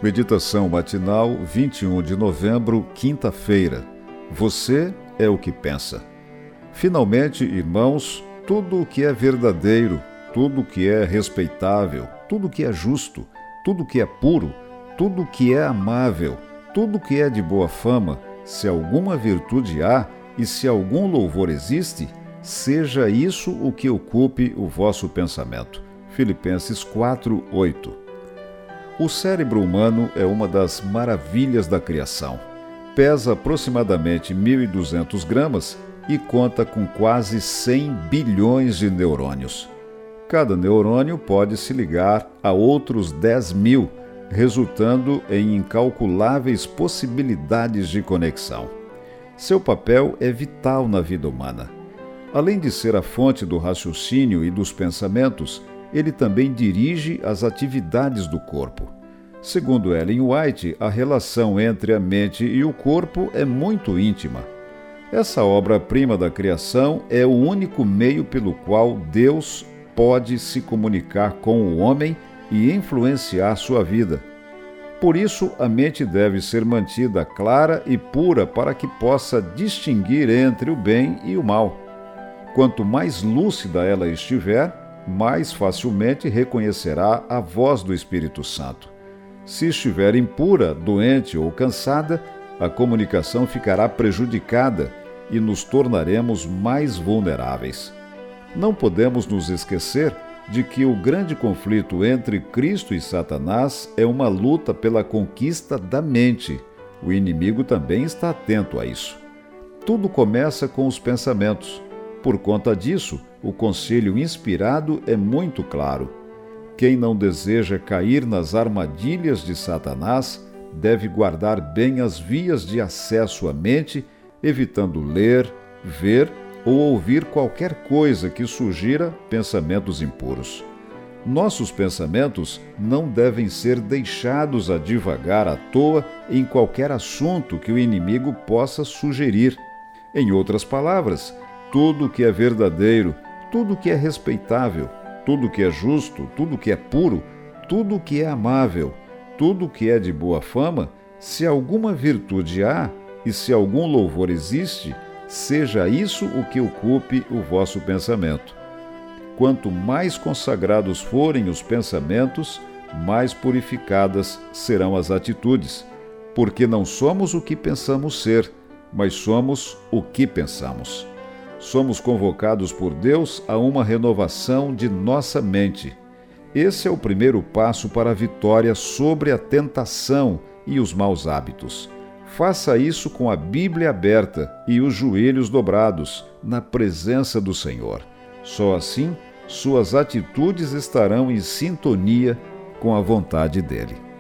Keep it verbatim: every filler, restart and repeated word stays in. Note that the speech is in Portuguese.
Meditação matinal, vinte e um de novembro, quinta-feira. Você é o que pensa. Finalmente, irmãos, tudo o que é verdadeiro, tudo o que é respeitável, tudo o que é justo, tudo o que é puro, tudo o que é amável, tudo o que é de boa fama, se alguma virtude há e se algum louvor existe, seja isso o que ocupe o vosso pensamento. Filipenses quatro, oito. O cérebro humano é uma das maravilhas da criação. Pesa aproximadamente mil e duzentos gramas e conta com quase cem bilhões de neurônios. Cada neurônio pode se ligar a outros dez mil, resultando em incalculáveis possibilidades de conexão. Seu papel é vital na vida humana. Além de ser a fonte do raciocínio e dos pensamentos, ele também dirige as atividades do corpo. Segundo Ellen White, a relação entre a mente e o corpo é muito íntima. Essa obra-prima da criação é o único meio pelo qual Deus pode se comunicar com o homem e influenciar sua vida. Por isso, a mente deve ser mantida clara e pura para que possa distinguir entre o bem e o mal. Quanto mais lúcida ela estiver, mais facilmente reconhecerá a voz do Espírito Santo. Se estiver impura, doente ou cansada, a comunicação ficará prejudicada e nos tornaremos mais vulneráveis. Não podemos nos esquecer de que o grande conflito entre Cristo e Satanás é uma luta pela conquista da mente. O inimigo também está atento a isso. Tudo começa com os pensamentos. Por conta disso, o conselho inspirado é muito claro. Quem não deseja cair nas armadilhas de Satanás deve guardar bem as vias de acesso à mente, evitando ler, ver ou ouvir qualquer coisa que sugira pensamentos impuros. Nossos pensamentos não devem ser deixados a divagar à toa em qualquer assunto que o inimigo possa sugerir. Em outras palavras, tudo que é verdadeiro, tudo que é respeitável, tudo que é justo, tudo que é puro, tudo que é amável, tudo que é de boa fama, se alguma virtude há e se algum louvor existe, seja isso o que ocupe o vosso pensamento. Quanto mais consagrados forem os pensamentos, mais purificadas serão as atitudes, porque não somos o que pensamos ser, mas somos o que pensamos. Somos convocados por Deus a uma renovação de nossa mente. Esse é o primeiro passo para a vitória sobre a tentação e os maus hábitos. Faça isso com a Bíblia aberta e os joelhos dobrados, na presença do Senhor. Só assim, suas atitudes estarão em sintonia com a vontade dele.